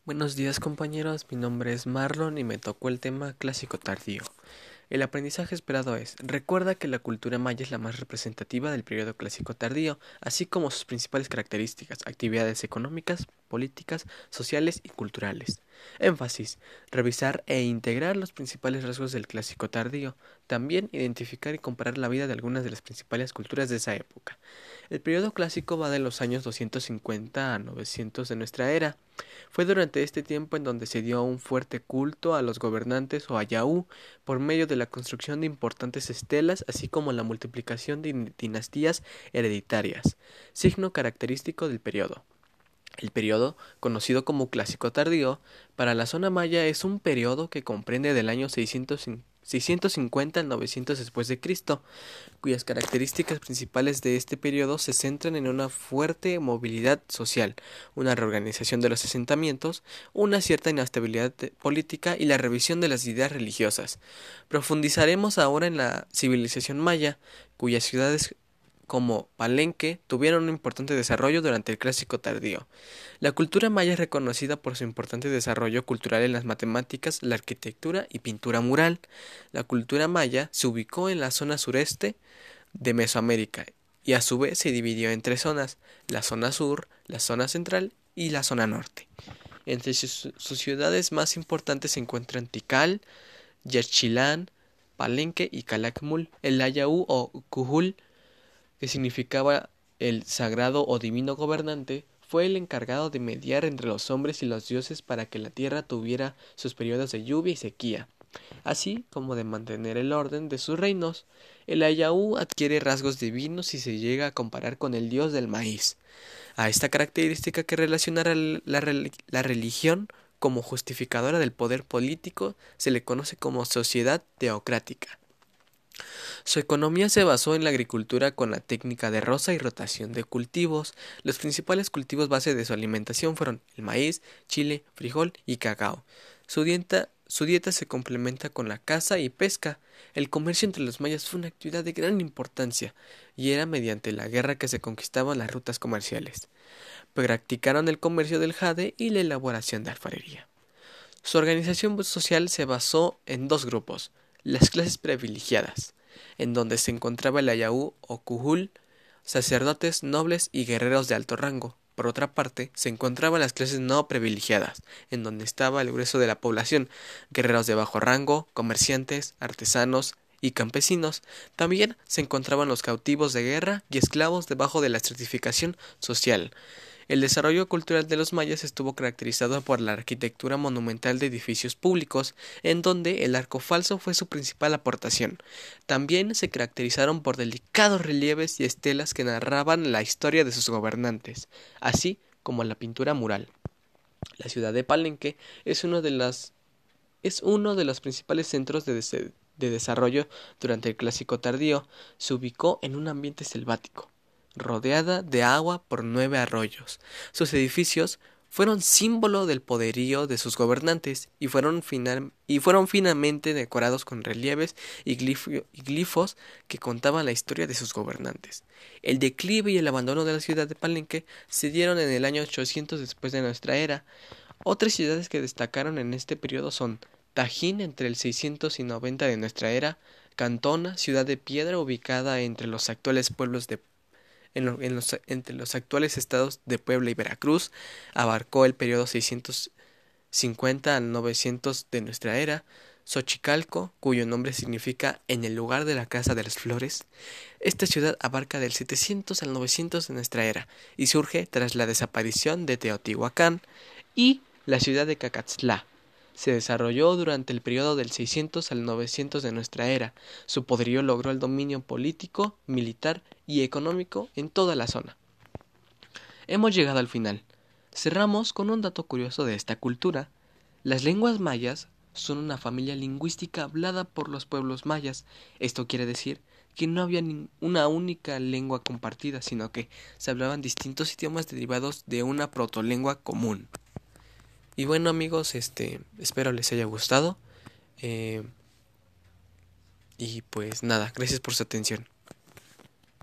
Buenos días compañeros, mi nombre es Marlon y me tocó el tema clásico tardío. El aprendizaje esperado es: recuerda que la cultura maya es la más representativa del periodo clásico tardío, así como sus principales características, actividades económicas, políticas, sociales y culturales. Énfasis: revisar e integrar los principales rasgos del clásico tardío, también identificar y comparar la vida de algunas de las principales culturas de esa época. El periodo clásico va de los años 250 a 900 de nuestra era. Fue durante este tiempo en donde se dio un fuerte culto a los gobernantes o a Yahú por medio de la construcción de importantes estelas, así como la multiplicación de dinastías hereditarias, signo característico del periodo. El periodo, conocido como Clásico Tardío, para la zona maya es un periodo que comprende del año 650 al 900 después de Cristo, cuyas características principales de este periodo se centran en una fuerte movilidad social, una reorganización de los asentamientos, una cierta inestabilidad política y la revisión de las ideas religiosas. Profundizaremos ahora en la civilización maya, cuyas ciudades como Palenque tuvieron un importante desarrollo durante el Clásico Tardío. La cultura maya es reconocida por su importante desarrollo cultural en las matemáticas, la arquitectura y pintura mural. La cultura maya se ubicó en la zona sureste de Mesoamérica y a su vez se dividió en tres zonas: la zona sur, la zona central y la zona norte. Entre sus ciudades más importantes se encuentran Tikal, Yaxchilán, Palenque y Calakmul. El Ayahu o Cujul, que significaba el sagrado o divino gobernante, fue el encargado de mediar entre los hombres y los dioses para que la tierra tuviera sus periodos de lluvia y sequía, así como de mantener el orden de sus reinos. El Ayahu adquiere rasgos divinos si se llega a comparar con el dios del maíz. A esta característica que relaciona la religión como justificadora del poder político se le conoce como sociedad teocrática. Su economía se basó en la agricultura con la técnica de roza y rotación de cultivos. Los principales cultivos base de su alimentación fueron el maíz, chile, frijol y cacao. Su dieta se complementa con la caza y pesca. El comercio entre los mayas fue una actividad de gran importancia, y era mediante la guerra que se conquistaban las rutas comerciales. Practicaron el comercio del jade y la elaboración de alfarería. Su organización social se basó en dos grupos: las clases privilegiadas, en donde se encontraba el Ayahu o Cujul, sacerdotes, nobles y guerreros de alto rango. Por otra parte, se encontraban las clases no privilegiadas, en donde estaba el grueso de la población: guerreros de bajo rango, comerciantes, artesanos y campesinos. También se encontraban los cautivos de guerra y esclavos debajo de la estratificación social. El desarrollo cultural de los mayas estuvo caracterizado por la arquitectura monumental de edificios públicos, en donde el arco falso fue su principal aportación. También se caracterizaron por delicados relieves y estelas que narraban la historia de sus gobernantes, así como la pintura mural. La ciudad de Palenque es uno de los principales centros de desarrollo durante el Clásico Tardío. Se ubicó en un ambiente selvático, rodeada de agua por 9 arroyos. Sus edificios fueron símbolo del poderío de sus gobernantes y fueron finamente decorados con relieves y glifos que contaban la historia de sus gobernantes. El declive y el abandono de la ciudad de Palenque se dieron en el año 800 después de nuestra era. Otras ciudades que destacaron en este periodo son Tajín entre el 690 de nuestra era, Cantona, ciudad de piedra ubicada entre los actuales entre los actuales estados de Puebla y Veracruz, abarcó el periodo 650 al 900 de nuestra era. Xochicalco, cuyo nombre significa en el lugar de la casa de las flores. Esta ciudad abarca del 700 al 900 de nuestra era y surge tras la desaparición de Teotihuacán. Y la ciudad de Cacatzlá se desarrolló durante el periodo del 600 al 900 de nuestra era. Su poderío logró el dominio político, militar y económico en toda la zona. Hemos llegado al final. Cerramos con un dato curioso de esta cultura. Las lenguas mayas son una familia lingüística hablada por los pueblos mayas. Esto quiere decir que no había una única lengua compartida, sino que se hablaban distintos idiomas derivados de una protolengua común. Y bueno amigos, espero les haya gustado. Y pues nada, gracias por su atención.